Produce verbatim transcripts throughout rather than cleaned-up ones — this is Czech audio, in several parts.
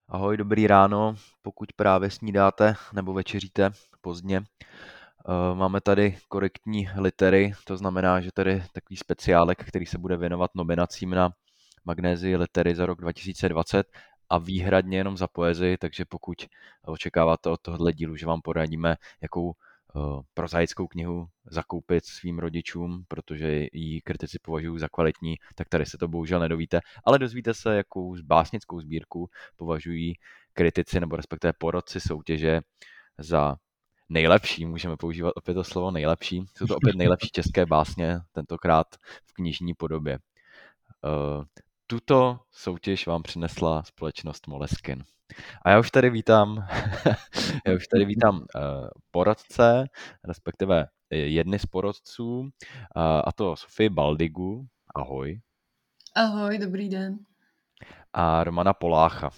Ahoj, dobrý ráno, pokud právě snídáte nebo večeříte pozdě. Eh, Máme tady korektní litery, to znamená, že tady je takový speciálek, který se bude věnovat nominacím na Magnézii litery za rok dva tisíce dvacet a výhradně jenom za poezii, takže pokud očekáváte od tohohle dílu, že vám poradíme, jakou eh, prozaickou knihu zakoupit svým rodičům, protože ji kritici považují za kvalitní, tak tady se to bohužel nedovíte, ale dozvíte se, jakou básnickou sbírku považují kritici nebo respektive porodci soutěže za nejlepší, můžeme používat opět to slovo nejlepší. Jsou to opět nejlepší české básně, tentokrát v knižní podobě. Uh, tuto soutěž vám přinesla společnost Moleskine. A já už tady vítám, já už tady vítám uh, poradce, respektive jedny z poradců, uh, a to Sofii Baldigu, ahoj. Ahoj, dobrý den. A Romana Polácha.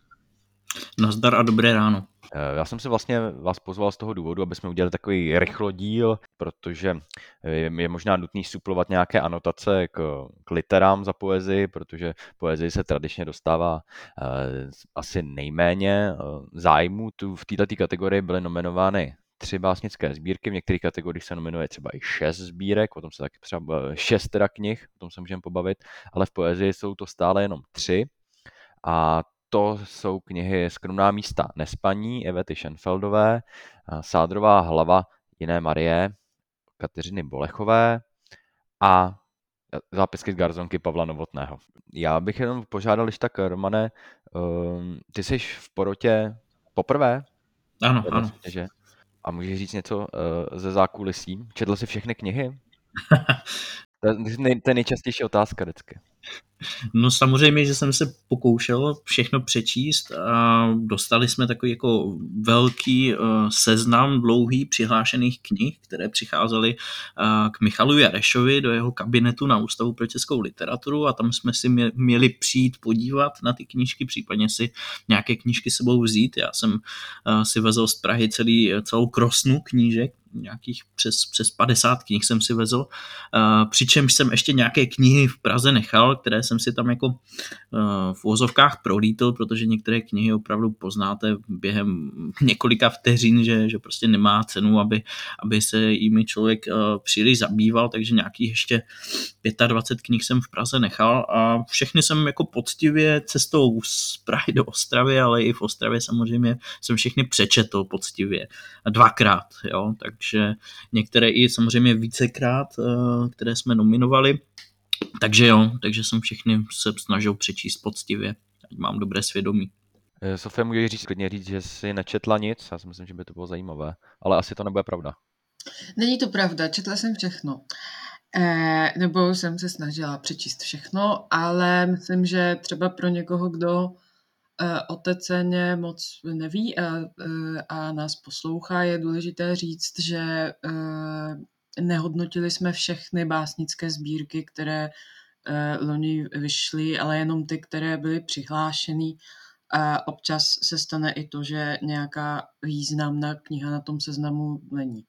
Nazdar a dobré ráno. Já jsem si vlastně vás pozval z toho důvodu, aby jsme udělali takový rychlodíl, protože je možná nutný suplovat nějaké anotace k, k literám za poezii, protože poezii se tradičně dostává eh, asi nejméně zájmu. Tu v této kategorii byly nominovány tři básnické sbírky, v některých kategoriích se nominuje třeba i šest sbírek, o tom se taky třeba šest teda knih, o tom se můžeme pobavit, ale v poezii jsou to stále jenom tři. A to jsou knihy Skromná místa nespaní Ivety Schenfeldové, Sádrová hlava jiné Marie Kateřiny Bolechové a zápisky z Garzonky Pavla Novotného. Já bych jenom požádal, když tak, Romane, ty jsi v porotě poprvé? Ano, ano. Že? A můžeš říct něco ze zákulisí? Četl jsi všechny knihy? To je nejčastější otázka vždycky. No samozřejmě, že jsem se pokoušel všechno přečíst a dostali jsme takový jako velký seznam dlouhý přihlášených knih, které přicházely k Michalu Jarešovi do jeho kabinetu na Ústavu pro českou literaturu a tam jsme si měli přijít podívat na ty knížky, případně si nějaké knížky sebou vzít. Já jsem si vezl z Prahy celý, celou krosnu knížek, nějakých přes, přes padesát knih jsem si vezl, uh, přičemž jsem ještě nějaké knihy v Praze nechal, které jsem si tam jako uh, v uvozovkách prolítl, protože některé knihy opravdu poznáte během několika vteřin, že, že prostě nemá cenu, aby, aby se jimi člověk uh, příliš zabýval, takže nějakých ještě dvacet pět knih jsem v Praze nechal a všechny jsem jako poctivě cestou z Prahy do Ostravy, ale i v Ostravě samozřejmě jsem všechny přečetl poctivě dvakrát, jo, takže některé i samozřejmě vícekrát, které jsme nominovali, takže jo, takže jsem všechny se snažil přečíst poctivě, ať mám dobré svědomí. Sofie, můžeš říct, klidně říct, že jsi nečetla nic? Já si myslím, že by to bylo zajímavé, ale asi to nebude pravda. Není to pravda, četla jsem všechno. Eh, nebo jsem se snažila přečíst všechno, ale myslím, že třeba pro někoho, kdo eh, o té ceně moc neví a, eh, a nás poslouchá, je důležité říct, že eh, nehodnotili jsme všechny básnické sbírky, které eh, loni vyšly, ale jenom ty, které byly přihlášeny. A občas se stane i to, že nějaká významná kniha na tom seznamu není,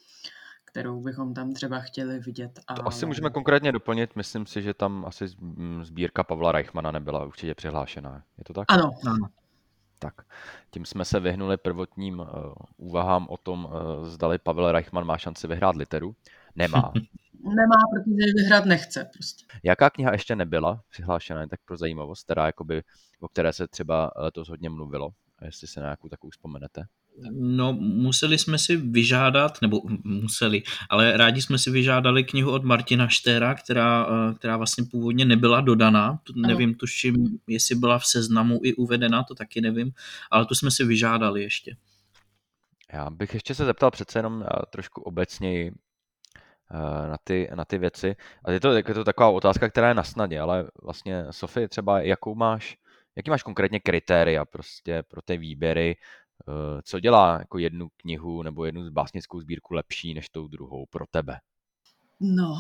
kterou bychom tam třeba chtěli vidět. Ale... To asi můžeme konkrétně doplnit, myslím si, že tam asi sbírka Pavla Reichmana nebyla určitě přihlášená. Je to tak? Ano. ano. Tak, tím jsme se vyhnuli prvotním uh, úvahám o tom, uh, zdali Pavel Reichman má šanci vyhrát literu. Nemá. Nemá, protože vyhrát nechce prostě. Jaká kniha ještě nebyla přihlášená, tak pro zajímavost, teda jakoby, o které se třeba letos hodně mluvilo, a jestli se na nějakou takovou vzpomenete? No, museli jsme si vyžádat, nebo museli, ale rádi jsme si vyžádali knihu od Martina Štéra, která, která vlastně původně nebyla dodaná. Nevím, tuším, jestli byla v seznamu i uvedena, to taky nevím, ale tu jsme si vyžádali ještě. Já bych ještě se zeptal přece jenom trošku obecněji na ty, na ty věci. A je to, je to taková otázka, která je na snadě, ale vlastně, Sofie, třeba jakou máš, jaký máš konkrétně kritéria prostě pro ty výběry, co dělá jako jednu knihu nebo jednu básnickou sbírku lepší než tou druhou pro tebe? No.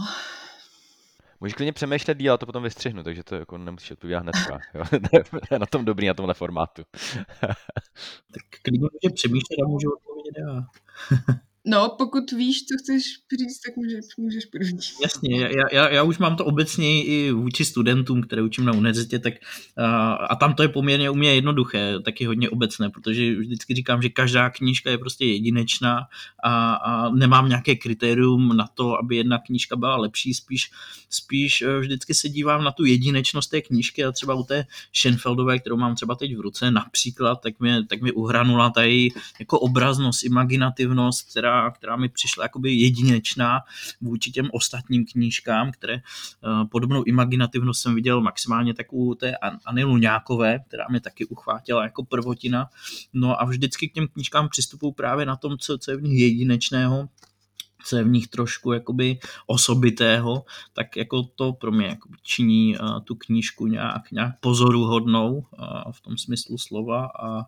Můžeš klidně přemýšlet díl, a to potom vystřihnu, takže to jako nemusíš odpovídat hnedka. Jo? Je na tom dobrý, na tomhle formátu. Tak klidně může přemýšlet a může odpovědět já. No, pokud víš, co chceš říct, tak můžeš, můžeš první. Jasně, já, já, já už mám to obecně i vůči studentům, které učím na univerzitě, tak a, a tam to je poměrně u mě jednoduché, taky hodně obecné, protože vždycky říkám, že každá knížka je prostě jedinečná a, a nemám nějaké kritérium na to, aby jedna knížka byla lepší, spíš, spíš vždycky se dívám na tu jedinečnost té knížky a třeba u té Schenfeldové, kterou mám třeba teď v ruce například, tak mi, tak mi uhranula tady jako obraznost, imaginativnost, která, která mi přišla jakoby jedinečná vůči těm ostatním knížkám, které uh, podobnou imaginativnost jsem viděl maximálně tak u té Anny Luňákové, která mě taky uchvátila jako prvotina. No a vždycky k těm knížkám přistupuji právě na tom, co, co je v nich jedinečného, co je v nich trošku jakoby osobitého, tak jako to pro mě jakoby činí uh, tu knížku nějak, nějak pozoruhodnou uh, v tom smyslu slova a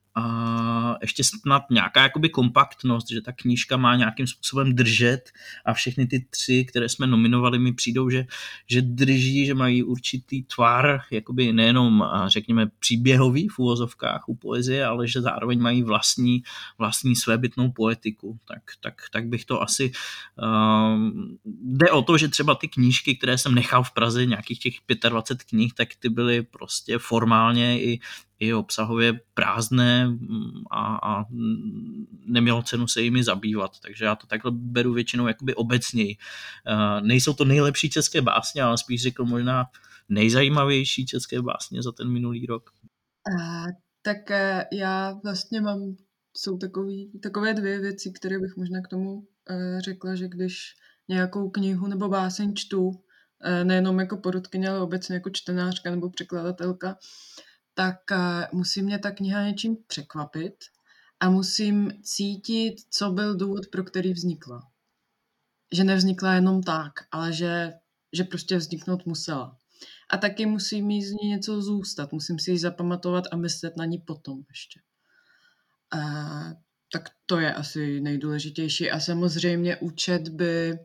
a ještě snad nějaká jakoby kompaktnost, že ta knížka má nějakým způsobem držet a všechny ty tři, které jsme nominovali, mi přijdou, že, že drží, že mají určitý tvar, jakoby nejenom, řekněme, příběhový v uvozovkách u poezie, ale že zároveň mají vlastní, vlastní svébytnou poetiku. Tak, tak, tak bych to asi... Um, jde o to, že třeba ty knížky, které jsem nechal v Praze, nějakých těch dvacet pět knih, tak ty byly prostě formálně i i obsahově prázdné a, a nemělo cenu se jimi zabývat, takže já to takhle beru většinou jakoby obecněji. Uh, nejsou to nejlepší české básně, ale spíš řekl možná nejzajímavější české básně za ten minulý rok. A, tak já vlastně mám, jsou takový, takové dvě věci, které bych možná k tomu uh, řekla, že když nějakou knihu nebo báseň čtu, uh, nejenom jako porodkyně, ale obecně jako čtenářka nebo překladatelka, tak musí mě ta kniha něčím překvapit a musím cítit, co byl důvod, pro který vznikla. Že nevznikla jenom tak, ale že, že prostě vzniknout musela. A taky musí mi z ní něco zůstat, musím si ji zapamatovat a myslet na ní potom ještě. A, tak to je asi nejdůležitější. A samozřejmě u četby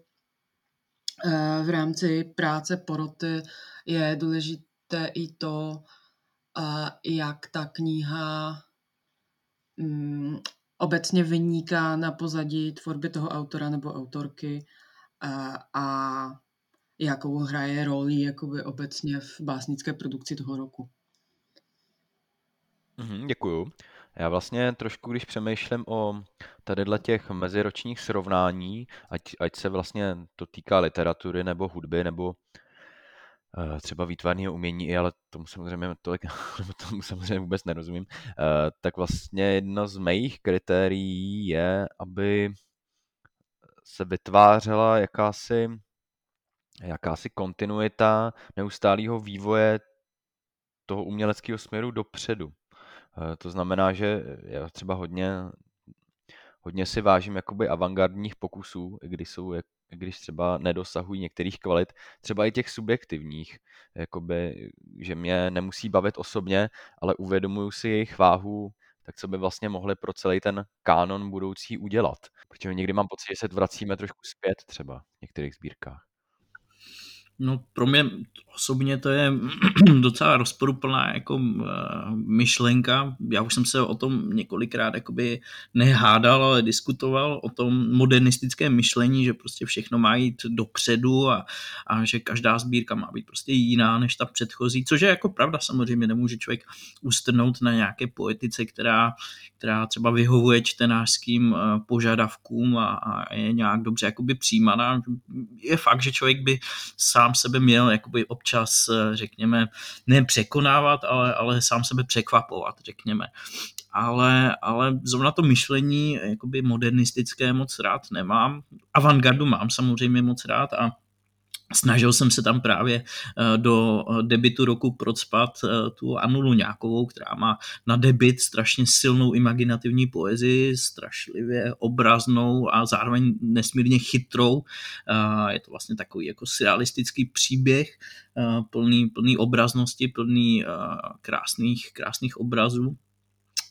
v rámci práce poroty je důležité i to, a jak ta kniha mm, obecně vyniká na pozadí tvorby toho autora nebo autorky a, a jakou hraje roli jakoby obecně v básnické produkci toho roku. Mhm, děkuju. Já vlastně trošku, když přemýšlím o tadyhle těch meziročních srovnání, ať, ať se vlastně to týká literatury nebo hudby nebo Uh, třeba výtvarného umění, i, ale tomu samozřejmě, tolik, tomu samozřejmě vůbec nerozumím, uh, tak vlastně jedno z mých kritérií je, aby se vytvářela jakási, jakási kontinuita neustálého vývoje toho uměleckého směru dopředu. Uh, to znamená, že já třeba hodně, hodně si vážím jakoby avantgardních pokusů, i když jsou jak když třeba nedosahují některých kvalit, třeba i těch subjektivních, jakoby, že mě nemusí bavit osobně, ale uvědomuju si jejich váhu, tak co by vlastně mohli pro celý ten kánon budoucí udělat. Protože někdy mám pocit, že se vracíme trošku zpět třeba v některých sbírkách. No pro mě osobně to je docela rozporuplná jako myšlenka. Já už jsem se o tom několikrát jakoby nehádal, ale diskutoval o tom modernistickém myšlení, že prostě všechno má jít dopředu a, a že každá sbírka má být prostě jiná než ta předchozí, což je jako pravda, samozřejmě nemůže člověk ustrnout na nějaké poetice, která, která třeba vyhovuje čtenářským požadavkům a, a je nějak dobře jakoby přijímaná. Je fakt, že člověk by sám sám sebe měl jakoby občas, řekněme, ne překonávat, ale, ale sám sebe překvapovat, řekněme. Ale, ale zrovna to myšlení jakoby modernistické moc rád nemám. Avantgardu mám samozřejmě moc rád a snažil jsem se tam právě do debitu roku procpat tu Annu Luňákovou, která má na debit strašně silnou imaginativní poezii, strašlivě obraznou a zároveň nesmírně chytrou. Je to vlastně takový jako surrealistický příběh, plný, plný obraznosti, plný krásných, krásných obrazů.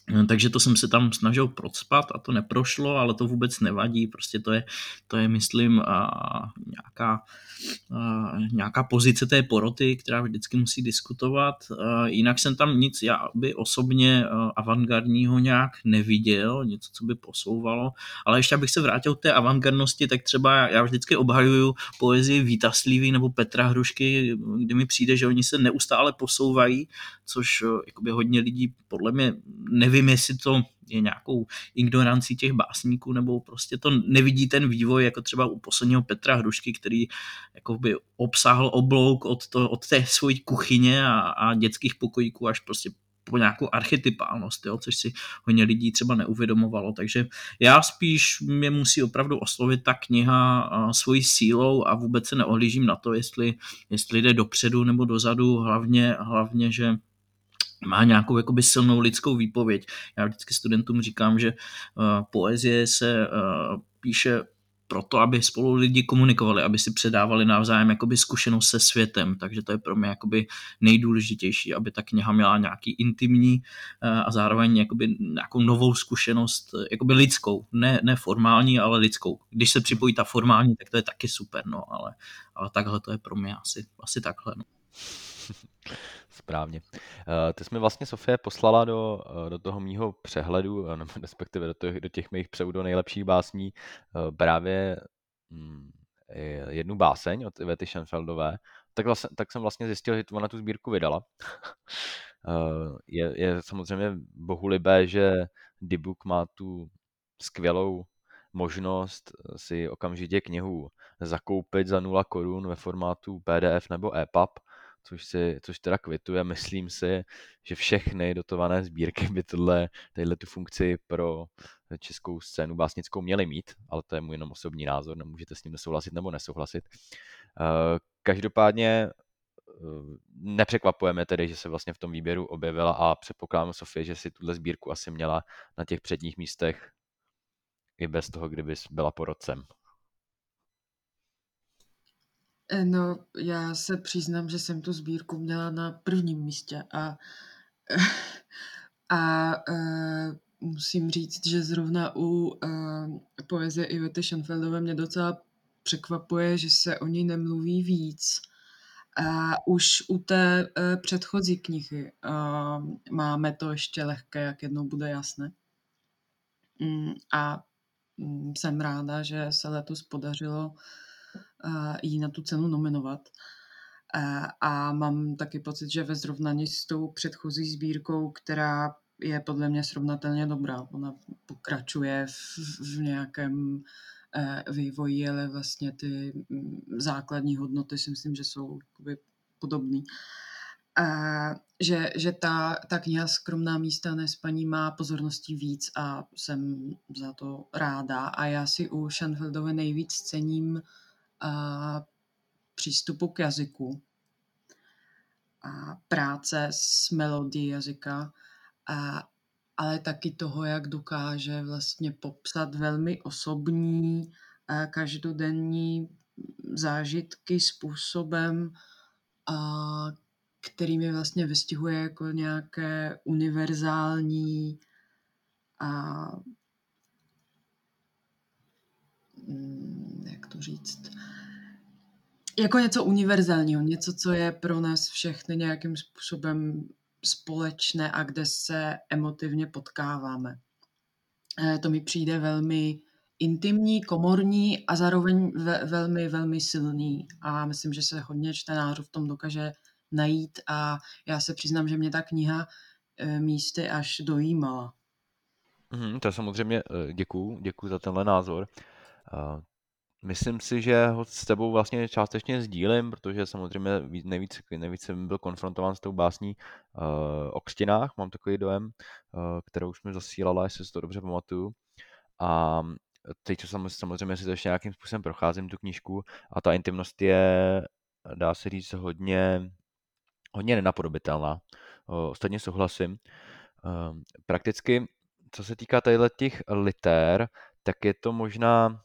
Takže to jsem se tam snažil procpat a to neprošlo, ale to vůbec nevadí, prostě to je, to je myslím, a, nějaká, a, nějaká pozice té poroty, která vždycky musí diskutovat. A jinak jsem tam nic, já by osobně avantgardního nějak neviděl, něco, co by posouvalo, ale ještě abych se vrátil k té avantgardnosti, tak třeba já vždycky obhajuju poezii Víta Slívy nebo Petra Hrušky, kdy mi přijde, že oni se neustále posouvají, což jakoby hodně lidí podle mě nevím, jestli to je nějakou ignorancí těch básníků, nebo prostě to nevidí ten vývoj, jako třeba u posledního Petra Hrušky, který jakoby obsáhl oblouk od, to, od té svojí kuchyně a, a dětských pokojíků až prostě po nějakou archetypálnost, jo, což si hodně lidí třeba neuvědomovalo. Takže já spíš mě musí opravdu oslovit ta kniha svojí sílou a vůbec se neohlížím na to, jestli, jestli jde dopředu nebo dozadu, hlavně, hlavně že má nějakou jakoby silnou lidskou výpověď. Já vždycky studentům říkám, že uh, poezie se uh, píše proto, aby spolu lidi komunikovali, aby si předávali navzájem jakoby zkušenost se světem, takže to je pro mě jakoby nejdůležitější, aby ta kniha měla nějaký intimní uh, a zároveň jakoby nějakou novou zkušenost, jakoby lidskou, ne, ne formální, ale lidskou. Když se připojí ta formální, tak to je taky super, no, ale, ale takhle to je pro mě asi, asi takhle, no. Správně. Ty jsi mi vlastně, Sofie, poslala do, do toho mýho přehledu, nebo respektive do těch, do těch mých pseudo nejlepších básní právě jednu báseň od Ivety Schenfeldové, tak, vlastně, tak jsem vlastně zjistil, že ona tu sbírku vydala. Je, je samozřejmě bohulibé, že D-Book má tu skvělou možnost si okamžitě knihu zakoupit za nula korun ve formátu P D F nebo E P U B, což, si, což teda kvituje. Myslím si, že všechny dotované sbírky by tohle, tadyhle tu funkci pro českou scénu básnickou měly mít, ale to je můj jenom osobní názor, nemůžete s ním nesouhlasit nebo nesouhlasit. Každopádně nepřekvapujeme tedy, že se vlastně v tom výběru objevila a předpokládám, Sofie, že si tuhle sbírku asi měla na těch předních místech i bez toho, kdyby byla porodcem. No, já se přiznám, že jsem tu sbírku měla na prvním místě a, a, a musím říct, že zrovna u poezie Ivety Schenfeldové mě docela překvapuje, že se o ní nemluví víc. A už u té předchozí knihy máme to ještě lehké, jak jednou bude jasné. A jsem ráda, že se letos podařilo jí na tu cenu nominovat. A mám taky pocit, že ve srovnání s tou předchozí sbírkou, která je podle mě srovnatelně dobrá. Ona pokračuje v, v nějakém vývoji, ale vlastně ty základní hodnoty si myslím, že jsou podobný. A že, že ta, ta kniha Skromná místa nespaní má pozorností víc a jsem za to ráda. A já si u Schenfeldové nejvíc cením a přístupu k jazyku a práce s melodií jazyka, a, ale taky toho, jak dokáže vlastně popsat velmi osobní a každodenní zážitky způsobem, a, který mi vlastně vystihuje jako nějaké univerzální a jak to říct, jako něco univerzálního, něco, co je pro nás všechny nějakým způsobem společné a kde se emotivně potkáváme. To mi přijde velmi intimní, komorní a zároveň ve, velmi, velmi silný. A myslím, že se hodně čtenářů v tom dokáže najít a já se přiznám, že mě ta kniha místy až dojímala. Mm, to samozřejmě děkuju, děkuju za tenhle názor. Myslím si, že ho s tebou vlastně částečně sdílím, protože samozřejmě nejvíc, nejvíc jsem byl konfrontován s tou básní uh, o křtinách, mám takový dojem, uh, kterou už mi zasílala, jestli si to dobře pamatuju. A teď samozřejmě si to ještě nějakým způsobem procházím tu knížku a ta intimnost je, dá se říct, hodně, hodně nenapodobitelná. Uh, ostatně souhlasím. Uh, prakticky, co se týká těch liter, tak je to možná,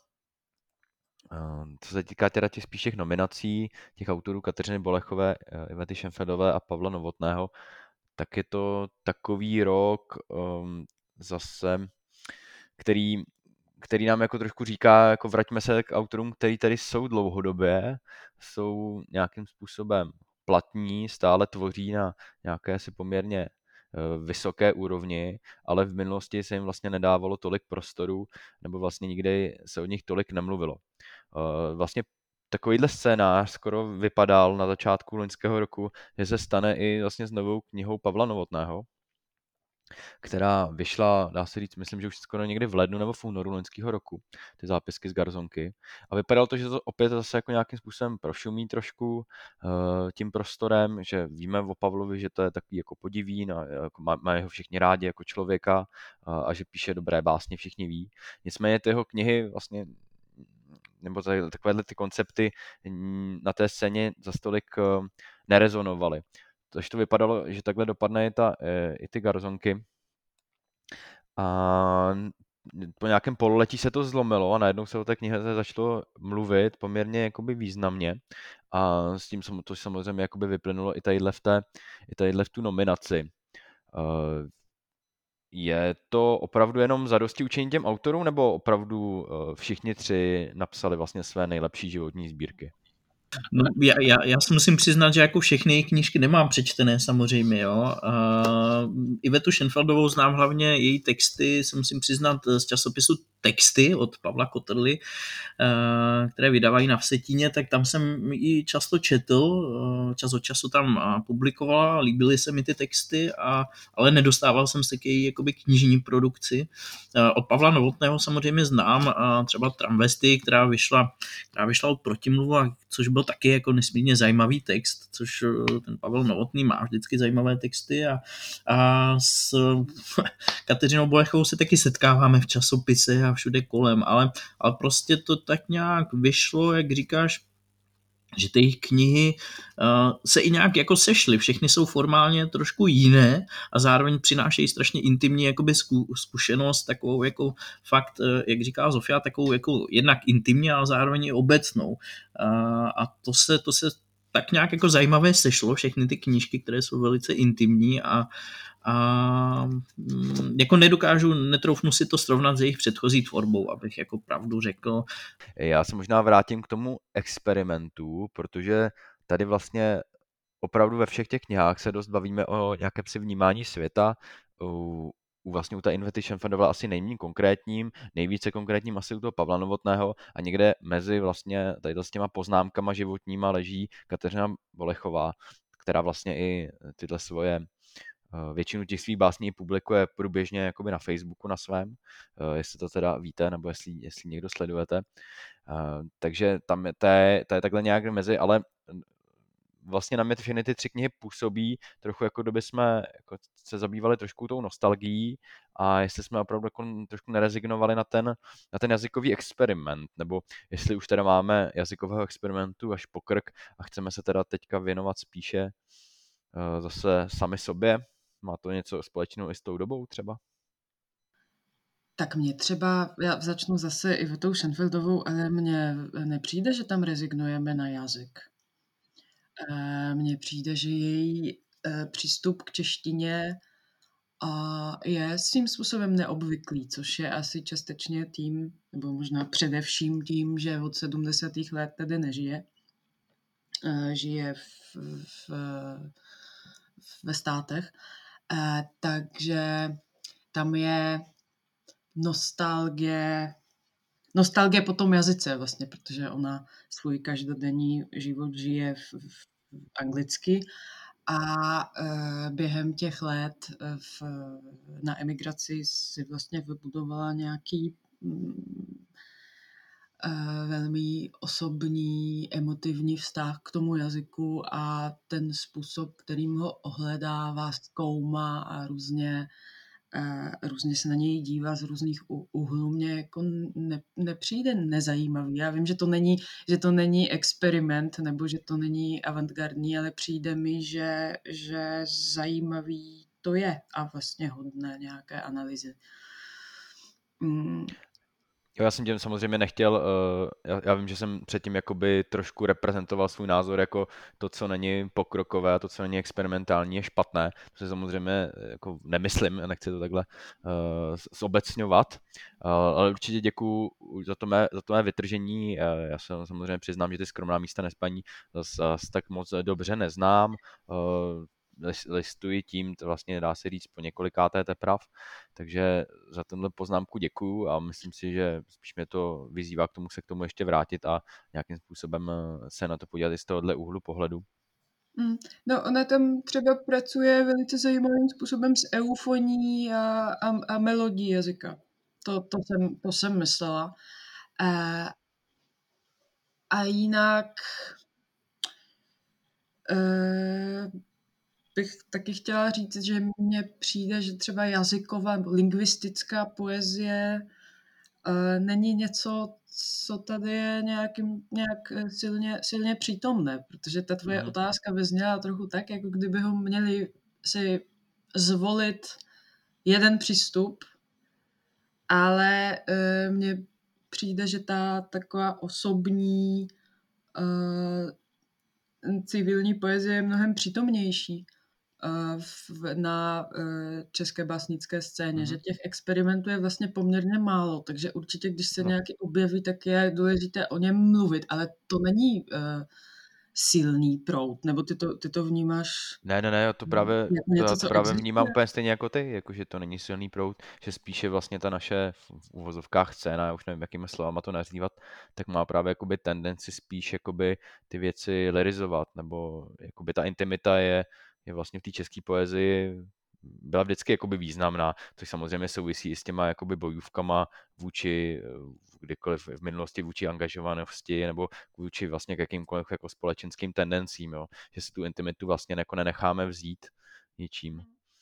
co se týká teda těch spíš těch nominací, těch autorů Kateřiny Bolechové, Ivety Schenfeldové a Pavla Novotného, tak je to takový rok um, zase, který, který nám jako trošku říká, jako vraťme se k autorům, který tady jsou dlouhodobě, jsou nějakým způsobem platní, stále tvoří na nějaké si poměrně eh, vysoké úrovni, ale v minulosti se jim vlastně nedávalo tolik prostoru, nebo vlastně nikdy se o nich tolik nemluvilo. Eh, Vlastně takovýhle scénář skoro vypadal na začátku loňského roku, že se stane i vlastně s novou knihou Pavla Novotného, která vyšla, dá se říct, myslím, že už skoro někdy v lednu nebo v únoru loňského roku, ty zápisky z Garzonky. A vypadalo to, že to opět zase jako nějakým způsobem prošumí trošku uh, tím prostorem, že víme o Pavlovi, že to je takový jako podivín a jako má, má jeho všichni rádi jako člověka a, a že píše dobré básně, všichni ví. Nicméně ty jeho knihy vlastně nebo takovéhle ty koncepty na té scéně za stolik nerezonovaly. Takže to vypadalo, že takhle dopadne i, ta, i ty Garzonky. A po nějakém pololetí se to zlomilo a najednou se o té knize začalo mluvit poměrně jakoby významně. A s tím to samozřejmě jakoby vyplynulo i tadyhle v, té, i tadyhle v tu nominaci. Je to opravdu jenom zadosti učení těm autorům, nebo opravdu všichni tři napsali vlastně své nejlepší životní sbírky? No, já, já, já si musím přiznat, že jako všechny její knížky nemám přečtené samozřejmě, jo. Uh, Ivetu Schenfeldovou znám hlavně její texty, se musím přiznat z časopisu Texty od Pavla Kotrly, uh, které vydávají na Vsetíně, tak tam jsem ji často četl, uh, čas od času tam publikovala, líbily se mi ty texty, a, ale nedostával jsem se k její jakoby knižní produkci. Uh, od Pavla Novotného samozřejmě znám uh, třeba Tramvesty, která vyšla, která vyšla od Protimluvu, což byl taky jako nesmírně zajímavý text, což ten Pavel Novotný má vždycky zajímavé texty, a, a s Kateřinou Bolechovou se taky setkáváme v časopise a všude kolem, ale, ale prostě to tak nějak vyšlo, jak říkáš, že ty jejich knihy uh, se i nějak jako sešly. Všechny jsou formálně trošku jiné a zároveň přinášejí strašně intimní jakoby zkušenost, takovou jako fakt, jak říká Zofia, takovou jako jednak intimní, ale zároveň i obecnou. Uh, a to se, to se tak nějak jako zajímavé sešlo, všechny ty knížky, které jsou velice intimní, a a jako nedokážu, netroufnu si to srovnat s jejich předchozí tvorbou, abych jako pravdu řekl. Já se možná vrátím k tomu experimentu, protože tady vlastně opravdu ve všech těch knihách se dost bavíme o nějakém si vnímání světa. U, u vlastně u té Ivety Schenfeldové asi nejméně konkrétním, nejvíce konkrétním asi u toho Pavla Novotného, a někde mezi vlastně tady s těma poznámkama životníma leží Kateřina Bolechová, která vlastně i tyhle svoje většinu těch svých básní publikuje průběžně jakoby na Facebooku na svém, jestli to teda víte, nebo jestli, jestli někdo sledujete. Takže tam je, to, je, to je takhle nějak mezi, ale vlastně na mě všechny ty tři knihy působí trochu, jako kdyby jsme jako se zabývali trošku tou nostalgií, a jestli jsme opravdu jako trošku nerezignovali na ten, na ten jazykový experiment, nebo jestli už teda máme jazykového experimentu až po krk a chceme se teda teďka věnovat spíše zase sami sobě. Má to něco společného i s tou dobou třeba? Tak mě třeba, já začnu zase Ivetou Schenfeldovou, ale mně nepřijde, že tam rezignujeme na jazyk. Mně přijde, že její přístup k češtině je svým způsobem neobvyklý, což je asi částečně tím, nebo možná především tím, že od sedmdesátých let tedy nežije. Žije v, v, ve státech. Takže tam je nostalgie, nostalgie po tom jazyce vlastně, protože ona svůj každodenní život žije v, v anglicky, a e, během těch let v, na emigraci si vlastně vybudovala nějaký mm, e, velmi osobní, emotivní vztah k tomu jazyku, a ten způsob, kterým ho ohledává, zkoumá a různě různě se na něj dívá z různých úhlů, mě jako ne, nepřijde nezajímavý. Já vím, že to není, že to není experiment, nebo že to není avantgardní, ale přijde mi, že, že zajímavý to je a vlastně hodné nějaké analýzy. Mm. Jo, já jsem tím samozřejmě nechtěl, uh, já, já vím, že jsem předtím jakoby trošku reprezentoval svůj názor jako to, co není pokrokové a to, co není experimentální, je špatné. To si samozřejmě eh, jako nemyslím, nechci to takhle uh, zobecňovat, uh, ale určitě děkuju za to mé, za to mé vytržení. Uh, já se samozřejmě přiznám, že ty skromná místa nespaní zas, zas tak moc dobře neznám. Uh, listuji tím, to vlastně dá se říct po několikáté teprav, takže za tenhle poznámku děkuju a myslím si, že spíš mě to vyzývá k tomu se k tomu ještě vrátit a nějakým způsobem se na to podívat i z tohohle úhlu pohledu. Mm. No, ona tam třeba pracuje velice zajímavým způsobem s eufoní a, a, a melodií jazyka. To, to, jsem, to jsem myslela. A, a jinak e, bych taky chtěla říct, že mně přijde, že třeba jazyková, lingvistická poezie e, není něco, co tady je nějakým, nějak silně, silně přítomné, protože ta tvoje mm. otázka vyzněla trochu tak, jako kdybychom měli si zvolit jeden přístup, ale e, mně přijde, že ta taková osobní e, civilní poezie je mnohem přítomnější v, na uh, české básnické scéně, mm. že těch experimentů je vlastně poměrně málo, takže určitě, když se no. nějaký objeví, tak je důležité o něm mluvit, ale to není uh, silný proud, nebo ty to, ty to vnímáš? Ne, ne, ne, já to právě, něco, to, to právě vnímám úplně stejně jako ty, jakože to není silný proud, že spíše vlastně ta naše v uvozovkách scéna, já už nevím, jakými slovama to nazývat, tak má právě jakoby tendenci spíš jakoby ty věci lyrizovat, nebo jakoby ta intimita je je vlastně v té české poezii byla vždycky jakoby významná, což samozřejmě souvisí i s těma jakoby bojůvkama vůči kdykoliv v minulosti vůči angažovanosti nebo vůči vlastně k jakýmkoliv jako společenským tendencím, jo? Že si tu intimitu vlastně jako nenecháme vzít ničím.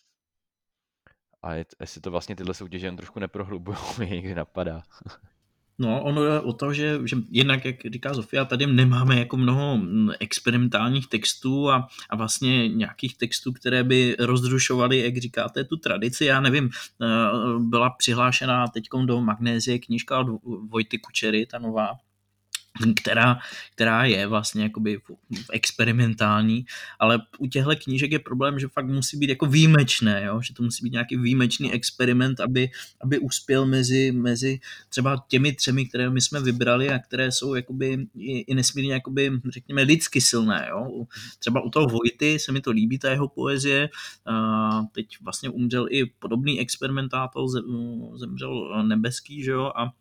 A je, jestli to vlastně tyhle soutěže jen trošku neprohlubují, mě někdy napadá. No, ono je o to, že, že jednak, jak říká Zofia, tady nemáme jako mnoho experimentálních textů a, a vlastně nějakých textů, které by rozrušovaly, jak říkáte, tu tradici. Já nevím, byla přihlášená teďkom do Magnézie knížka od Vojty Kučery, ta nová, která, která je vlastně jakoby experimentální, ale u těchto knížek je problém, že fakt musí být jako výjimečné, jo? Že to musí být nějaký výjimečný experiment, aby, aby uspěl mezi, mezi třeba těmi třemi, které my jsme vybrali a které jsou jakoby i, i nesmírně jakoby, řekněme, lidsky silné. Jo? Třeba u toho Vojty se mi to líbí, ta jeho poezie. A teď vlastně umřel i podobný experimentátor, zemřel Nebeský, že jo, a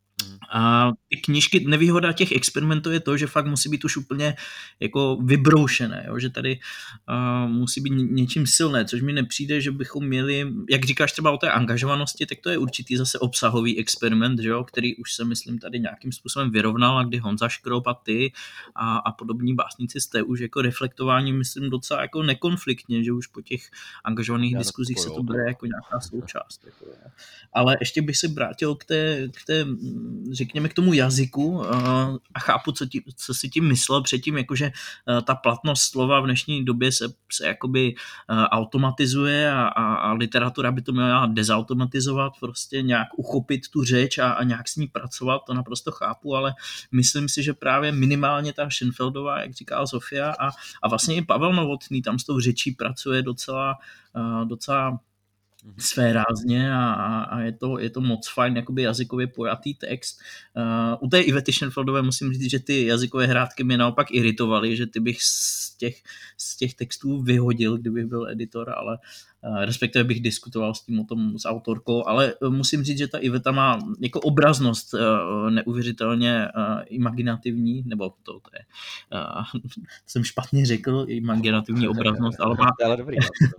A ty knížky, nevýhoda těch experimentů je to, že fakt musí být už úplně jako vybroušené, jo? Že tady uh, musí být něčím silné, což mi nepřijde, že bychom měli, jak říkáš třeba o té angažovanosti, tak to je určitý zase obsahový experiment, že jo? Který už se myslím tady nějakým způsobem vyrovnal, a kdy Honza Škrob a ty a, a podobní básníci jste už jako reflektování, myslím, docela jako nekonfliktně, že už po těch angažovaných Já diskuzích se to bere jako nějaká součást. Jako, ale ještě bych se vrátil k té, k té řekněme k tomu jazyku a chápu, co, tí, co si tím myslel předtím, jakože ta platnost slova v dnešní době se, se jakoby automatizuje a, a, a literatura by to měla dezautomatizovat, prostě nějak uchopit tu řeč a, a nějak s ní pracovat, to naprosto chápu, ale myslím si, že právě minimálně ta Schinfeldová, jak říká Zofia, a, a vlastně i Pavel Novotný tam s tou řečí pracuje docela, docela své rázně a, a je, to, je to moc fajn jakoby jazykově pojatý text. Uh, u té Ivety Schinfeldové musím říct, že ty jazykové hrátky mě naopak iritovaly, že ty bych z těch, z těch textů vyhodil, kdybych byl editor, ale uh, respektive bych diskutoval s tím o tom s autorkou, ale uh, musím říct, že ta Iveta má jako obraznost uh, neuvěřitelně uh, imaginativní, nebo to, to je, uh, jsem špatně řekl, imaginativní obraznost, ale má... ale dobrý,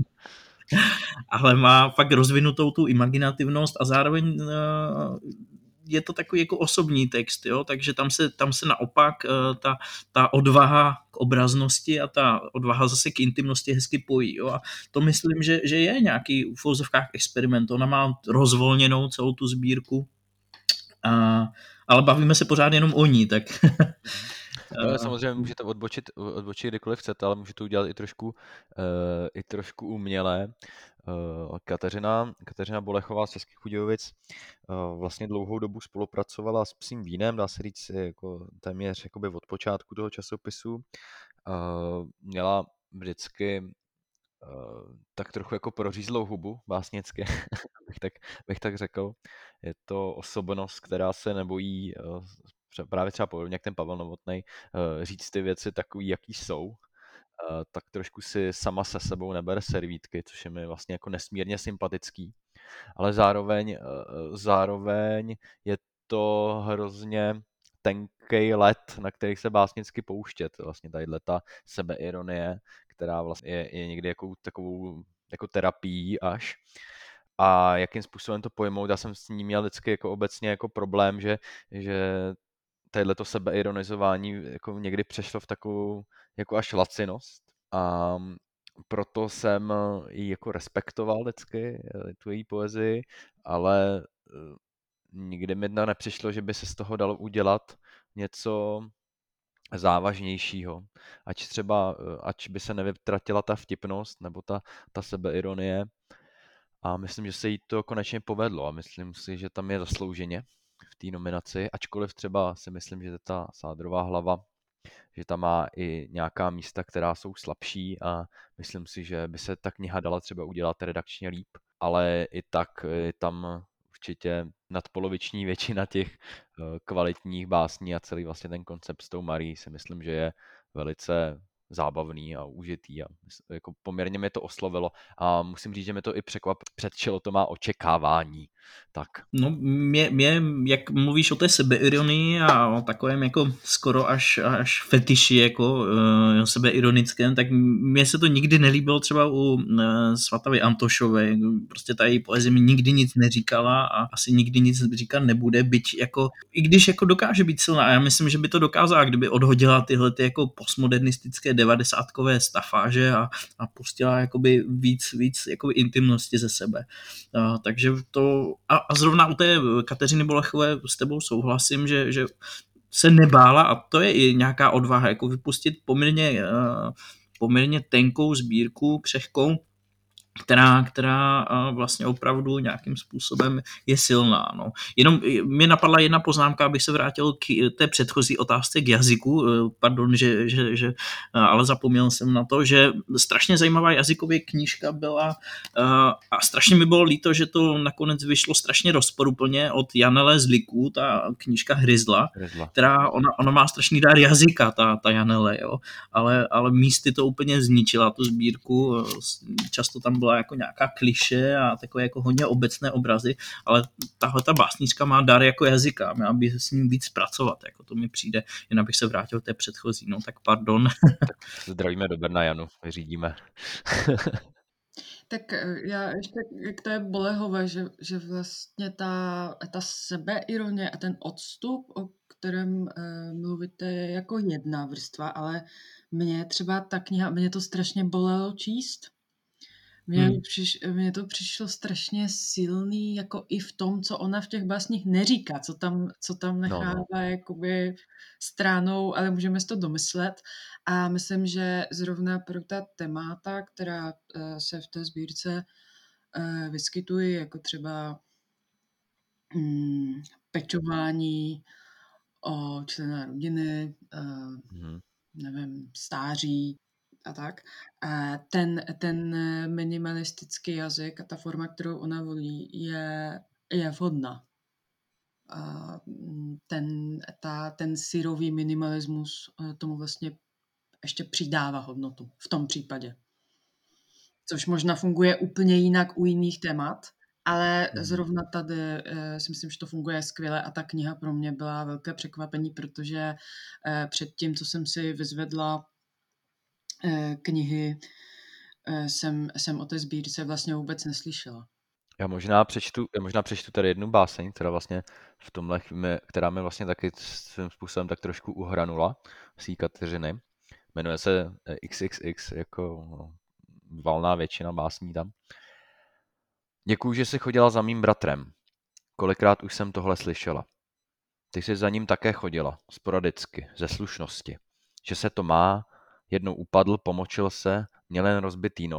ale má fakt rozvinutou tu imaginativnost a zároveň je to takový jako osobní text, jo? Takže tam se, tam se naopak ta, ta odvaha k obraznosti a ta odvaha zase k intimnosti hezky pojí. Jo? A to myslím, že, že je nějaký v uvozovkách experiment. Ona má rozvolněnou celou tu sbírku, a, ale bavíme se pořád jenom o ní, tak... No, samozřejmě můžete odbočit, odbočit kdykoliv chcete, ale můžete to udělat i trošku, uh, i trošku uměle. Kateřina, Kateřina Bolechová z Českých Budějovic vlastně dlouhou dobu spolupracovala s Psím vínem, dá se říct jako téměř jakoby od počátku toho časopisu. Měla vždycky tak trochu jako prořízlou hubu básnicky, bych tak, bych tak řekl. Je to osobnost, která se nebojí, právě třeba podobně jak ten Pavel Novotnej, říct ty věci takový, jaký jsou. Tak trošku si sama se sebou nebere servítky, což je mi vlastně jako nesmírně sympatický. Ale zároveň, zároveň je to hrozně tenkej led, na který se básnicky pouštět. Vlastně tadyhle ta sebeironie, která vlastně je, je někdy jako takovou jako terapií až. A jakým způsobem to pojmout, já jsem s ní měl vždycky jako obecně jako problém, že, že tadyhleto sebeironizování jako někdy přešlo v takovou jako až lacinost. A proto jsem ji jako respektoval vždycky, tu její poezii, ale nikdy mi nepřišlo, že by se z toho dalo udělat něco závažnějšího. Ať třeba, ať by se nevytratila ta vtipnost nebo ta, ta sebeironie. A myslím, že se jí to konečně povedlo a myslím si, že tam je zaslouženě v té nominaci, ačkoliv třeba si myslím, že ta Sádrová hlava, že tam má i nějaká místa, která jsou slabší a myslím si, že by se ta kniha dala třeba udělat redakčně líp, ale i tak je tam určitě nadpoloviční většina těch kvalitních básní a celý vlastně ten koncept s tou Marií si myslím, že je velice zábavný a užitý a jako poměrně mě to oslovilo a musím říct, že mě to i překvapilo, předčilo to má očekávání. Tak. No mě, mě, jak mluvíš o té sebeironii a o takovém jako skoro až, až fetiši jako uh, sebeironickém, tak mně se to nikdy nelíbilo třeba u uh, Svatavy Antošové, prostě ta její poezie mi nikdy nic neříkala a asi nikdy nic říkat nebude, byť jako, i když jako dokáže být silná a já myslím, že by to dokázala, kdyby odhodila tyhle ty jako postmodernistické devadesátkové stafáže a, a pustila jakoby víc, víc jakoby intimnosti ze sebe. Uh, takže to a, a zrovna u té Kateřiny Bolechové s tebou souhlasím, že, že se nebála a to je i nějaká odvaha, jako vypustit poměrně, uh, poměrně tenkou sbírku, křehkou, která, která vlastně opravdu nějakým způsobem je silná. No. Jenom mě napadla jedna poznámka, abych se vrátil k té předchozí otázce k jazyku, pardon, že, že, že, ale zapomněl jsem na to, že strašně zajímavá jazykově knížka byla a strašně mi bylo líto, že to nakonec vyšlo strašně rozporuplně od Janele Zliků, ta knížka Hryzla, Hryzla. která ona, ona má strašný dár jazyka, ta, ta Janele, jo. Ale, ale místy to úplně zničila, tu sbírku, často tam byla jako nějaká kliše a takové jako hodně obecné obrazy, ale tahle ta básnička má dar jako jazyka, měla by s ním víc pracovat, jako to mi přijde, jen abych se vrátil k té předchozí, no tak pardon. Tak zdravíme do Brna, Janu, vyřídíme. Tak já ještě k té Bolehové, že, že vlastně ta, ta sebeironie a ten odstup, o kterém e, mluvíte, je jako jedna vrstva, ale mě třeba ta kniha, mě to strašně bolelo číst. Mně, hmm. přiš, mně to přišlo strašně silný, jako i v tom, co ona v těch básních neříká, co tam, co tam nechává no, no. jakoby stranou, ale můžeme si to domyslet. A myslím, že zrovna pro ta témata, která uh, se v té sbírce uh, vyskytují, jako třeba um, pečování o člena rodiny, uh, hmm. nevím, stáří, a tak. A ten, ten minimalistický jazyk a ta forma, kterou ona volí, je, je vhodná. A ten, ta, ten syrový minimalismus tomu vlastně ještě přidává hodnotu v tom případě. Což možná funguje úplně jinak u jiných témat, ale zrovna tady si myslím, že to funguje skvěle a ta kniha pro mě byla velké překvapení, protože před tím, co jsem si vyzvedla knihy, jsem, jsem o té sbírce vlastně vůbec neslyšela. Já možná přečtu, já možná přečtu tady jednu báseň, která vlastně v tomhle, která mi vlastně taky svým způsobem tak trošku uhranula z Kateřiny. Jmenuje se iks iks iks, jako valná většina básní tam. Děkuju, že jsi chodila za mým bratrem. Kolikrát už jsem tohle slyšela. Ty jsi za ním také chodila, sporadicky, ze slušnosti. Že se to má, jednou upadl, pomočil se, měl jen rozbitý nos,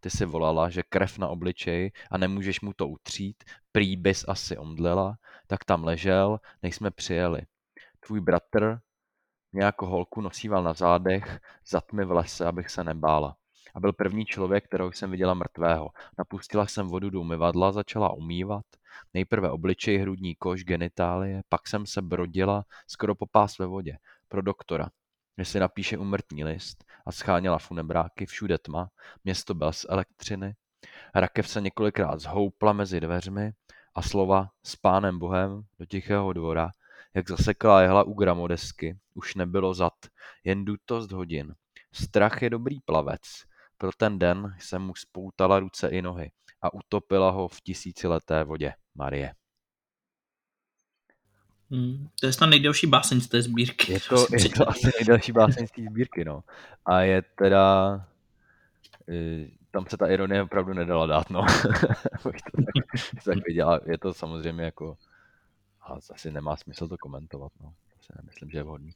ty si volala, že krev na obličeji a nemůžeš mu to utřít, prý bys asi omdlela, tak tam ležel, než jsme přijeli. Tvůj bratr mě jako holku nosíval na zádech za tmy v lese, abych se nebála. A byl první člověk, kterého jsem viděla mrtvého. Napustila jsem vodu do umyvadla, začala umývat. Nejprve obličej, hrudní koš, genitálie, pak jsem se brodila skoro po pás ve vodě. Pro doktora. Jestli napíše úmrtní list a scháněla funebráky, všude tma, město bez elektřiny. Rakev se několikrát zhoupla mezi dveřmi a slova s pánem Bohem do tichého dvora, jak zasekla jehla u gramodesky, už nebylo zad, jen dutost hodin. Strach je dobrý plavec. Pro ten den jsem mu spoutala ruce i nohy a utopila ho v tisícileté vodě. Marie. Hmm, to je snad nejdelší báseň z té sbírky. Je to, je to asi nejdelší báseň z té sbírky, no. A je teda... Tam se ta ironie opravdu nedala dát, no. to tak, tak viděla. Je to samozřejmě jako... A asi nemá smysl to komentovat, no. To si nemyslím, že je vhodný.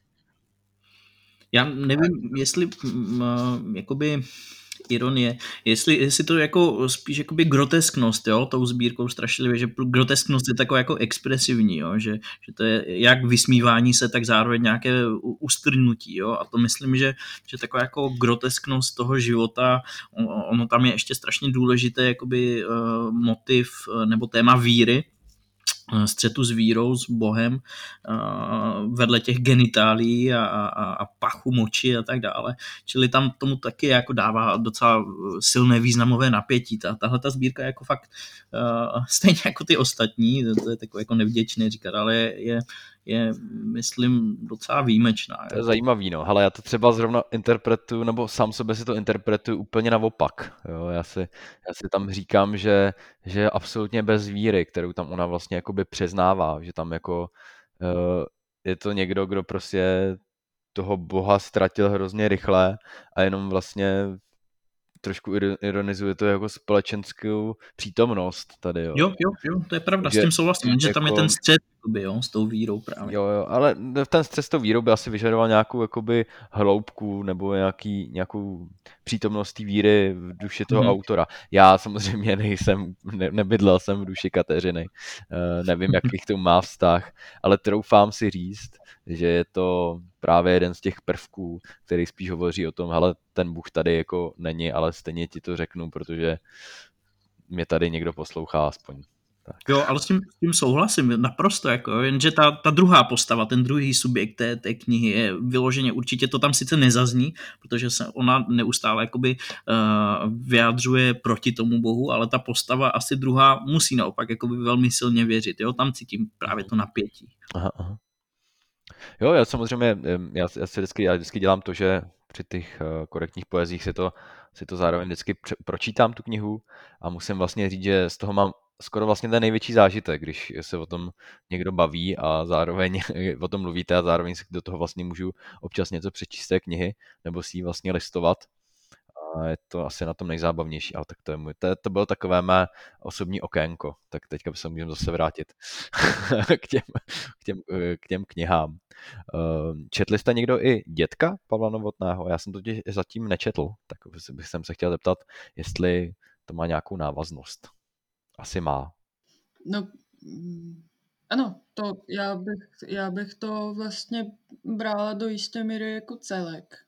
Já nevím, jestli m, jakoby ironie, jestli, jestli to jako spíš jakoby grotesknost, jo, tou sbírkou strašlivě, že grotesknost je taková jako expresivní, jo, že, že to je jak vysmívání se, tak zároveň nějaké ustrnutí, jo, a to myslím, že, že taková jako grotesknost toho života, ono tam je ještě strašně důležité jakoby uh, motiv nebo téma víry, střetu s vírou, s Bohem, vedle těch genitálií a, a, a pachu, moči a tak dále. Čili tam tomu taky jako dává docela silné významové napětí. Ta, tahle ta sbírka je jako fakt uh, stejně jako ty ostatní, to, to je takové jako nevděčné říkat, ale je, je, je myslím docela výjimečná. To je zajímavý, no. Hele, já to třeba zrovna interpretuju, nebo sám sobě si to interpretuju úplně naopak. Jo, já, si, já si tam říkám, že, že je absolutně bez víry, kterou tam ona vlastně jakoby přiznává, že tam jako uh, je to někdo, kdo prostě toho Boha ztratil hrozně rychle a jenom vlastně trošku ironizuje to jako společenskou přítomnost tady, jo. Jo, jo, jo, to je pravda, že, s tím souhlasím, že jako, tam je ten střed, jakoby, jo, s tou vírou právě. Jo, jo, ale ten střed s tou vírou by asi vyžadoval nějakou jakoby hloubku nebo nějaký, nějakou přítomnost té víry v duši toho hmm. autora. Já samozřejmě nejsem, ne, nebydlel jsem v duši Kateřiny, uh, nevím, jaký k tomu má vztah, ale troufám si říct, že je to právě jeden z těch prvků, který spíš hovoří o tom, hele, ten Bůh tady jako není, ale stejně ti to řeknu, protože mě tady někdo poslouchá aspoň. Tak. Jo, ale s tím, s tím souhlasím naprosto, jako, jenže ta, ta druhá postava, ten druhý subjekt té, té knihy je vyloženě, určitě to tam sice nezazní, protože se ona neustále jakoby, uh, vyjadřuje proti tomu Bohu, ale ta postava asi druhá musí naopak jakoby velmi silně věřit, jo, tam cítím právě to napětí. Aha, aha. Jo, já samozřejmě, já, já si vždycky, já vždycky dělám to, že při těch uh, korektních poezích si to, si to zároveň vždycky pře- pročítám tu knihu a musím vlastně říct, že z toho mám skoro vlastně ten největší zážitek, když se o tom někdo baví a zároveň o tom mluvíte a zároveň si do toho vlastně můžu občas něco přečíst té knihy nebo si ji vlastně listovat. A je to asi na tom nejzábavnější, ale tak to je můj, to, to bylo takové mé osobní okénko, tak teďka se můžeme zase vrátit k, těm, k, těm, k těm knihám. Četli jste někdo i Dětka Pavla Novotného? Já jsem to zatím nečetl, tak bych se chtěl zeptat, jestli to má nějakou návaznost. Asi má. No, ano, to já bych, já bych to vlastně brala do jisté míry jako celek.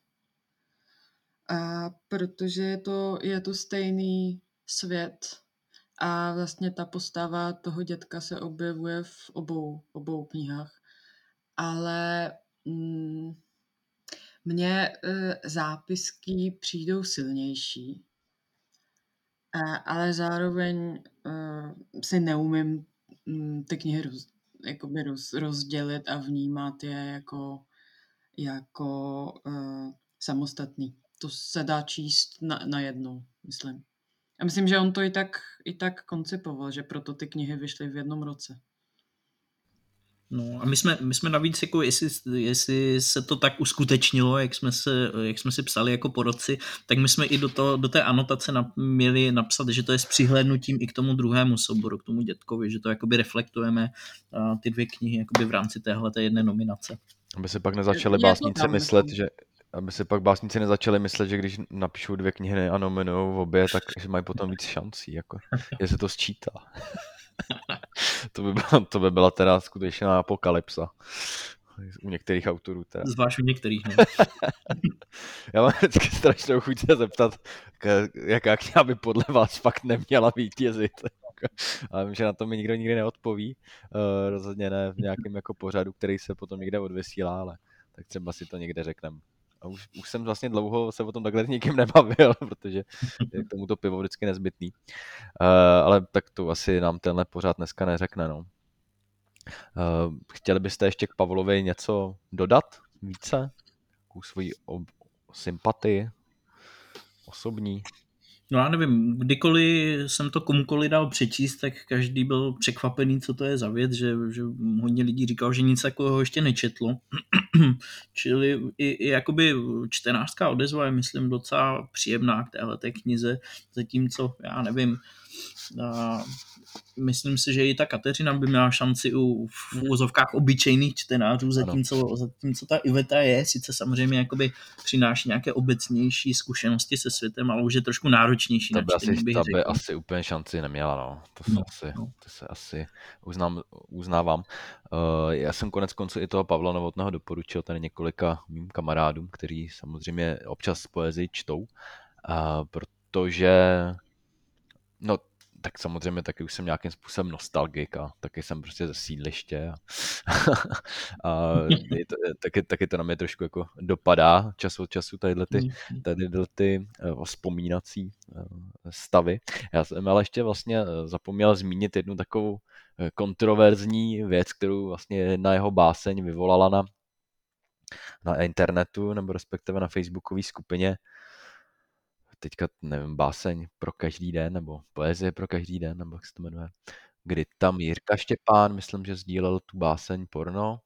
A protože je to, je to stejný svět a vlastně ta postava toho dětka se objevuje v obou, obou knihách. Ale mm, mně e, zápisky přijdou silnější, e, ale zároveň e, si neumím m, ty knihy roz, jakoby roz, rozdělit a vnímat je jako, jako e, samostatný. To se dá číst na, na jednou, myslím. A myslím, že on to i tak, i tak koncipoval, že proto ty knihy vyšly v jednom roce. No a my jsme, my jsme navíc, jako jestli, jestli se to tak uskutečnilo, jak jsme, se, jak jsme si psali jako porodci, tak my jsme i do, to, do té anotace na, měli napsat, že to je s přihlédnutím i k tomu druhému souboru, k tomu dětkovi, že to jakoby reflektujeme uh, ty dvě knihy jakoby v rámci téhleté jedné nominace. Aby se pak nezačali básníci myslet, že, aby si pak básníci nezačali myslet, že když napíšou dvě knihy a nominují v obě, tak že mají potom víc šancí, jako, že se to sčítá. to, by byla, to by byla teda skutečná apokalypsa. U některých autorů teda. Zvlášť u některých, no. Já mám vždycky strašnou chuť se zeptat, jaká kniha by podle vás fakt neměla vítězit. Ale vím, že na to mi nikdo nikdy neodpoví. Uh, rozhodně ne v nějakém jako pořadu, který se potom někde odvysílá, ale tak třeba si to někde řekneme. A už, už jsem vlastně dlouho se o tom takhle nikým nebavil, protože je k tomu to pivo vždycky nezbytný. Uh, ale tak to asi nám tenhle pořád dneska neřekne, no. Uh, chtěli byste ještě k Pavlovi něco dodat více? Jakou svoji ob- sympatii osobní? No já nevím, kdykoliv jsem to komukoliv dal přečíst, tak každý byl překvapený, co to je za věc, že, že hodně lidí říkal, že nic takového ještě nečetlo. Čili i, i jakoby čtenářská odezva je, myslím, docela příjemná k téhleté knize, zatímco, já nevím, a myslím si, že i ta Kateřina by měla šanci u v úvozovkách obyčejných čtenářů, zatímco, zatímco ta Iveta je, sice samozřejmě jakoby přináší nějaké obecnější zkušenosti se světem, ale už je trošku náročnější. Ta by, asi, ta by asi úplně šanci neměla, no. To se, no, asi, no. To se asi uznám, uznávám. Uh, já jsem konec konců i toho Pavla Novotného doporučil tady několika mým kamarádům, kteří samozřejmě občas poezii čtou, uh, protože no, tak samozřejmě taky už jsem nějakým způsobem nostalgik a taky jsem prostě ze sídliště a, a to, taky, taky to na mě trošku jako dopadá čas od času tadyhle ty, tadyhle ty uh, vzpomínací uh, stavy. Já jsem ale ještě vlastně zapomněl zmínit jednu takovou kontroverzní věc, kterou vlastně jedna jeho báseň vyvolala na, na internetu nebo respektive na facebookové skupině. Teďka, nevím, báseň pro každý den, nebo poezie pro každý den, nebo jak se to jmenuje, kdy tam Jirka Štěpán, myslím, že sdílel tu báseň porno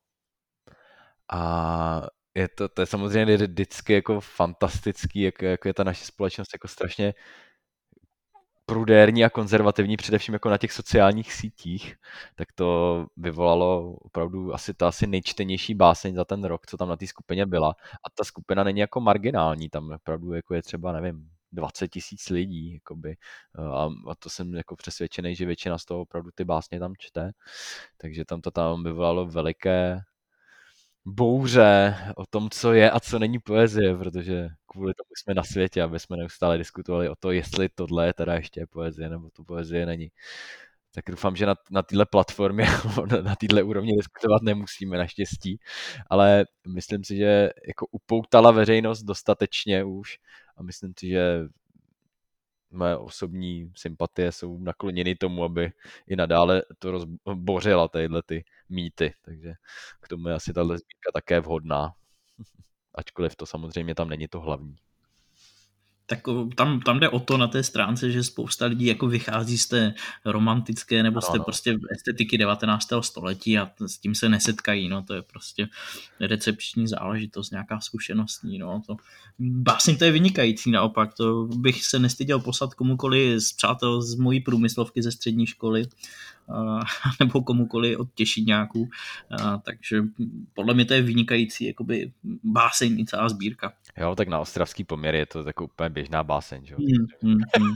a je to, to je samozřejmě vždycky jako fantastický, jak, jak je ta naše společnost jako strašně prudérní a konzervativní, především jako na těch sociálních sítích, tak to vyvolalo opravdu asi ta asi nejčtenější báseň za ten rok, co tam na té skupině byla. A ta skupina není jako marginální, tam opravdu jako je třeba, nevím, dvacet tisíc lidí, jakoby. A, a to jsem jako přesvědčený, že většina z toho opravdu ty básně tam čte. Takže tam to tam vyvolalo veliké bouře o tom, co je a co není poezie, protože kvůli tomu jsme na světě, aby jsme neustále diskutovali o to, jestli tohle je teda ještě poezie, nebo to poezie není. Tak doufám, že na, na této platformě, na této úrovni diskutovat nemusíme naštěstí, ale myslím si, že jako upoutala veřejnost dostatečně už a myslím si, že moje osobní sympatie jsou nakloněny tomu, aby i nadále to rozbořila tyhle ty mýty, takže k tomu je asi tahle sbírka také vhodná, ačkoliv to samozřejmě tam není to hlavní. Tak tam, tam jde o to na té stránce, že spousta lidí jako vychází z té romantické nebo z té prostě estetiky devatenáctého století a s tím se nesetkají, no to je prostě recepční záležitost, nějaká zkušenostní, no to básně to je vynikající naopak, to bych se nestyděl poslat komukoliv z přátel z mojí průmyslovky ze střední školy, a, nebo komukoliv od Těšíňáků, a, takže podle mě to je vynikající jakoby báseň i celá sbírka. Jo, tak na ostravský poměr je to jako úplně běžná báseň, že jo? Mm, mm, mm.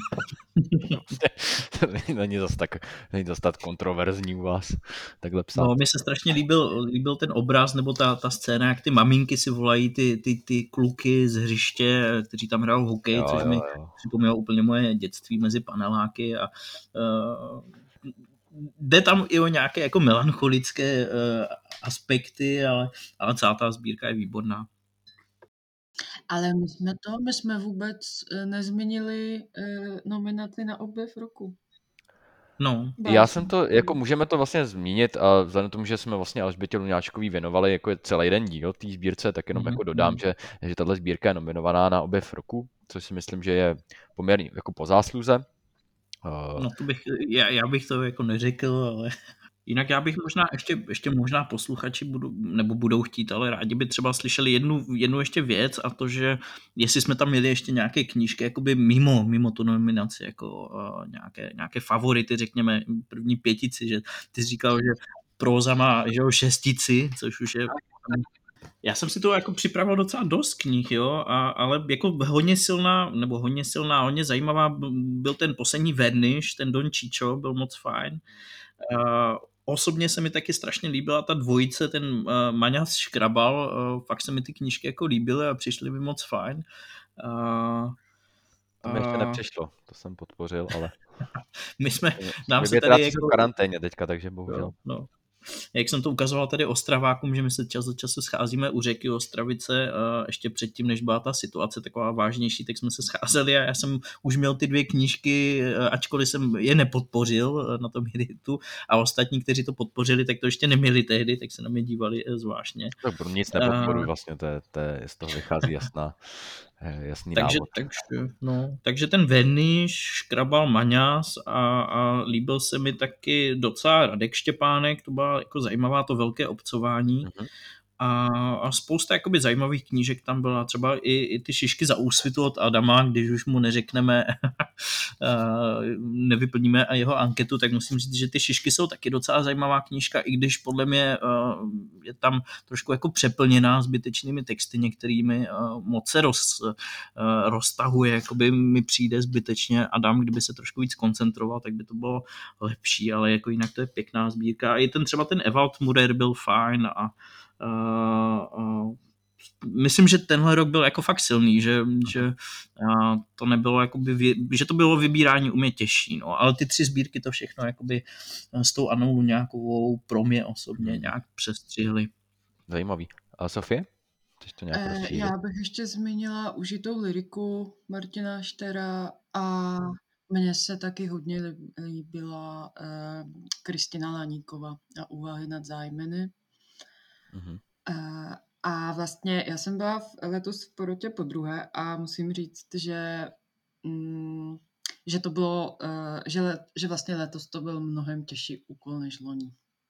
to není zase tak, není zase tak kontroverzní u vás takhle psát. No, mi se strašně líbil, líbil ten obraz, nebo ta, ta scéna, jak ty maminky si volají ty, ty, ty kluky z hřiště, kteří tam hrajou hokej, jo, což jo, mi jo. připomnělo úplně moje dětství mezi paneláky a uh, jde tam i o nějaké jako melancholické uh, aspekty, ale, ale celá ta sbírka je výborná. Ale my jsme to, my jsme vůbec nezmínili eh, nominaci na objev roku. No. Já jsem to, jako můžeme to vlastně zmínit a vzhledem k tomu, že jsme vlastně Alžbětě Luňáčkový věnovali jako celý jeden díl té sbírce, tak jenom mm-hmm. jako dodám, že, že tahle sbírka je nominovaná na objev roku, což si myslím, že je poměrně jako po zásluze. No to bych, já, já bych to jako neřekl, ale jinak já bych možná ještě, ještě možná posluchači budu, nebo budou chtít, ale rádi by třeba slyšeli jednu, jednu ještě věc a to, že jestli jsme tam měli ještě nějaké knížky jakoby mimo, mimo tu nominaci, jako uh, nějaké, nějaké favority, řekněme první pětici, že ty jsi říkal, že próza má že jo, šestici, což už je Já jsem si to jako připravil docela dost knih, jo, a, ale jako hodně silná, nebo hodně silná, hodně zajímavá byl ten poslední Verniš, ten Don Čičo, byl moc fajn. Uh, osobně se mi taky strašně líbila ta dvojice, ten uh, Maňas Škrabal, uh, fakt se mi ty knížky jako líbily a přišly mi moc fajn. Uh, To mi ještě nepřišlo, to jsem podpořil, ale my jsme, mě, nám mě se tady jsou jako... v karanténě teďka, takže bohužel. Jo, no. Jak jsem to ukazoval tady Ostravákům, že my se čas od času scházíme u řeky Ostravice, a ještě předtím, než byla ta situace taková vážnější, tak jsme se scházeli a já jsem už měl ty dvě knížky, ačkoliv jsem je nepodpořil na tom Editu a ostatní, kteří to podpořili, tak to ještě neměli tehdy, tak se na mě dívali zvláštně. To pro nic nepodporuji vlastně, to je, to je, z toho vychází jasná, jasný takže, návod. Takže, no, takže ten Verniš, Škrabal, Maňas a, a líbil se mi taky docela Radek Štěpánek, to byla jako zajímavá to velké obcování. Mm-hmm. A, a spousta jakoby zajímavých knížek tam byla, třeba i, i ty Šišky za úsvitu od Adama, když už mu neřekneme, nevyplníme a jeho anketu, tak musím říct, že ty Šišky jsou taky docela zajímavá knížka, i když podle mě je tam trošku jako přeplněná zbytečnými texty, některými moc se roz, roztahuje, jakoby mi přijde zbytečně Adam, kdyby se trošku víc koncentroval, tak by to bylo lepší, ale jako jinak to je pěkná sbírka. A i ten třeba ten Ewald Murer byl fajn a Uh, uh, myslím, že tenhle rok byl jako fakt silný, že, že uh, to nebylo jakoby, vy, že to bylo vybírání u mě těžší, no, ale ty tři sbírky to všechno jakoby s tou Annou Luňákovou pro mě osobně nějak přestřihly. Zajímavý. A Sofie? Chceš to nějak uh, Já bych ještě zmínila užitou lyriku Martina Štera a mně se taky hodně líbila uh, Kristina Laníková a Úvahy nad zájmeny. Uh-huh. A vlastně já jsem byla v, letos v porotě podruhé a musím říct, že, mm, že to bylo, uh, že, let, že vlastně letos to byl mnohem těžší úkol než loni.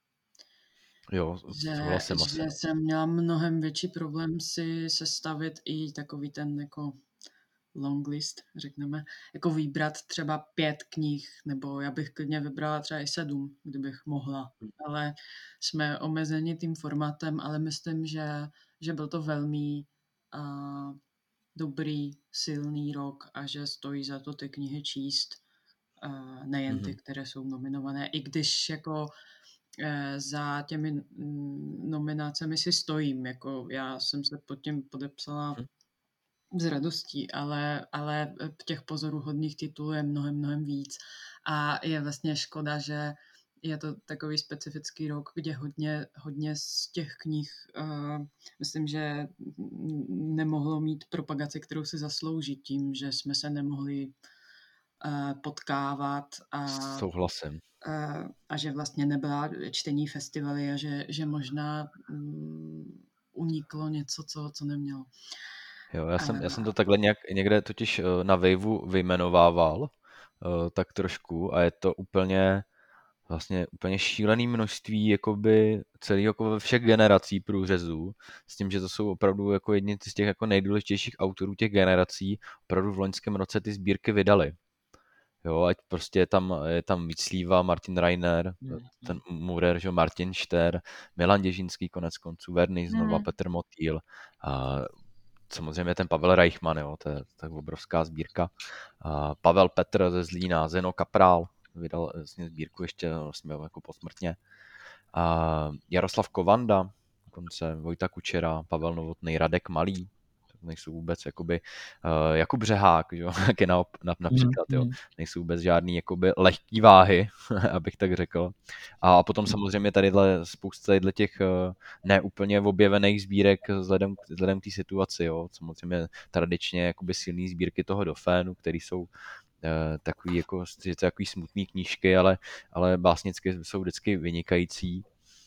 Jo, že, že jsem měla mnohem větší problém si sestavit i takový ten jako long list, řekneme, jako vybrat třeba pět knih, nebo já bych klidně vybrala třeba i sedm, kdybych mohla, ale jsme omezeni tím formátem, ale myslím, že, že byl to velmi uh, dobrý, silný rok a že stojí za to ty knihy číst, uh, nejen ty, mm-hmm. které jsou nominované, i když jako uh, za těmi nominacemi si stojím, jako já jsem se pod tím podepsala mm-hmm. s radostí, ale, ale těch pozoruhodných titulů je mnohem, mnohem víc. A je vlastně škoda, že je to takový specifický rok, kde hodně, hodně z těch knih uh, myslím, že nemohlo mít propagaci, kterou si zaslouží tím, že jsme se nemohli uh, potkávat a, souhlasím. Uh, a že vlastně nebyla čtení festivaly a že, že možná um, uniklo něco, co, co nemělo. Jo, já jsem, já jsem to takhle nějak, někde totiž na Waveu vyjmenovával, tak trošku, a je to úplně vlastně úplně šílený množství jakoby celý jako všech generací průřezů, s tím, že to jsou opravdu jako jedni z těch jako nejdůležitějších autorů těch generací, opravdu v loňském roce ty sbírky vydali. Jo, ať prostě je tam, je tam Víclíva, Martin Reiner, mm. ten Murer, že Martin Šter, Milan Děžínský konec konců, Verniš znova, mm. Petr Motýl, a samozřejmě ten Pavel Reichmann, jo, to je tak obrovská sbírka. A Pavel Petr ze Zlína, Zeno Kaprál, vydal vlastně sbírku ještě vlastně jako posmrtně. A Jaroslav Kovanda, dokonce Vojta Kučera, Pavel Novotný, Radek Malý, nejsou vůbec jakoby uh, Jakub Řehák, jo, jak je na, na, například, jo, nejsou vůbec žádný jakoby lehký váhy, abych tak řekl. A potom samozřejmě tadyhle spousta tadyhle těch uh, neúplně objevených sbírek vzhledem, vzhledem k té situaci, jo, samozřejmě tradičně jakoby silný sbírky toho Dofénu, který jsou uh, takový jako takový smutný knížky, ale, ale básnicky jsou vždycky vynikající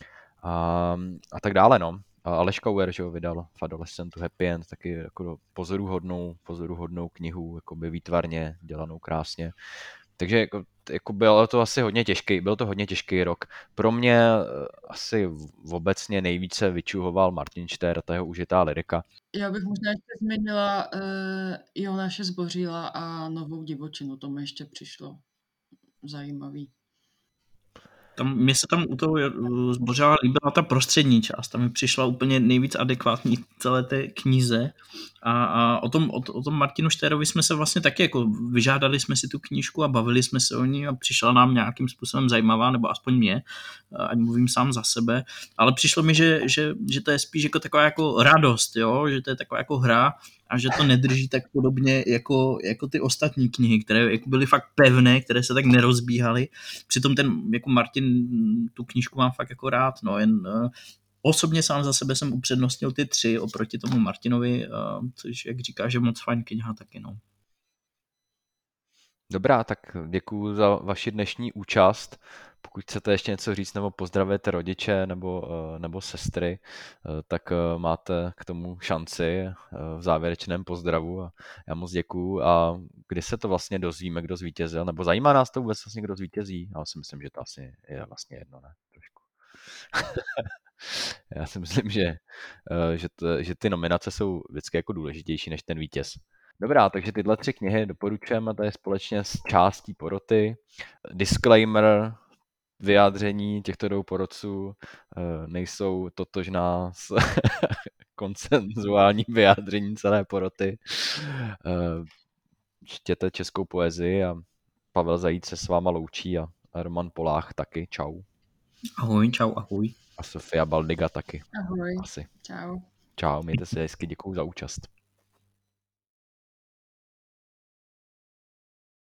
a, a tak dále, no. Aleš Kauer, že ho vydal v Adolescentu Happy End, taky jako pozoruhodnou, pozoruhodnou knihu, jakoby výtvarně dělanou krásně. Takže jako, jako bylo to asi hodně těžký, byl to hodně těžký rok. Pro mě asi obecně nejvíce vyčuhoval Martin Šter, ta jeho užitá lyrika. Já bych možná ještě změnila uh, Jonáše Zbořila a Novou divočinu, to mi ještě přišlo zajímavý. Tam, mně se tam u toho Zbořála líbila ta prostřední část, tam mi přišla úplně nejvíc adekvátní celé té knize a, a o, tom, o, o tom Martinu Štérovi jsme se vlastně taky jako vyžádali jsme si tu knížku a bavili jsme se o ní a přišla nám nějakým způsobem zajímavá, nebo aspoň mě, ať mluvím sám za sebe, ale přišlo mi, že, že, že to je spíš jako taková jako radost, jo? Že to je taková jako hra a že to nedrží tak podobně jako, jako ty ostatní knihy, které jako byly fakt pevné, které se tak nerozbíhaly. Přitom ten jako Martin tu knížku mám fakt jako rád, no jen uh, osobně sám za sebe jsem upřednostnil ty tři oproti tomu Martinovi, uh, což jak říká, že moc fajn kniha taky, no. Dobrá, tak děkuju za vaši dnešní účast. Pokud chcete ještě něco říct nebo pozdravujete rodiče nebo, nebo sestry, tak máte k tomu šanci v závěrečném pozdravu. A já moc děkuju. A kdy se to vlastně dozvíme, kdo zvítězil? Nebo zajímá nás to vůbec vlastně, kdo zvítězí? Já si myslím, že to asi je vlastně jedno, ne? Trošku. Já si myslím, že, že, to, že ty nominace jsou vždycky jako důležitější než ten vítěz. Dobrá, takže tyhle tři knihy doporučujeme tady společně s částí poroty. Disclaimer, vyjádření těchto dvou porotců nejsou totožná s konsenzuálním vyjádřením celé poroty. Čtěte českou poezii a Pavel Zajíc se s váma loučí a Roman Polách taky. Čau. Ahoj, čau, ahoj. A Sofia Baldiga taky. Ahoj. Asi. Čau. Čau, mějte se hezky, děkuju za účast.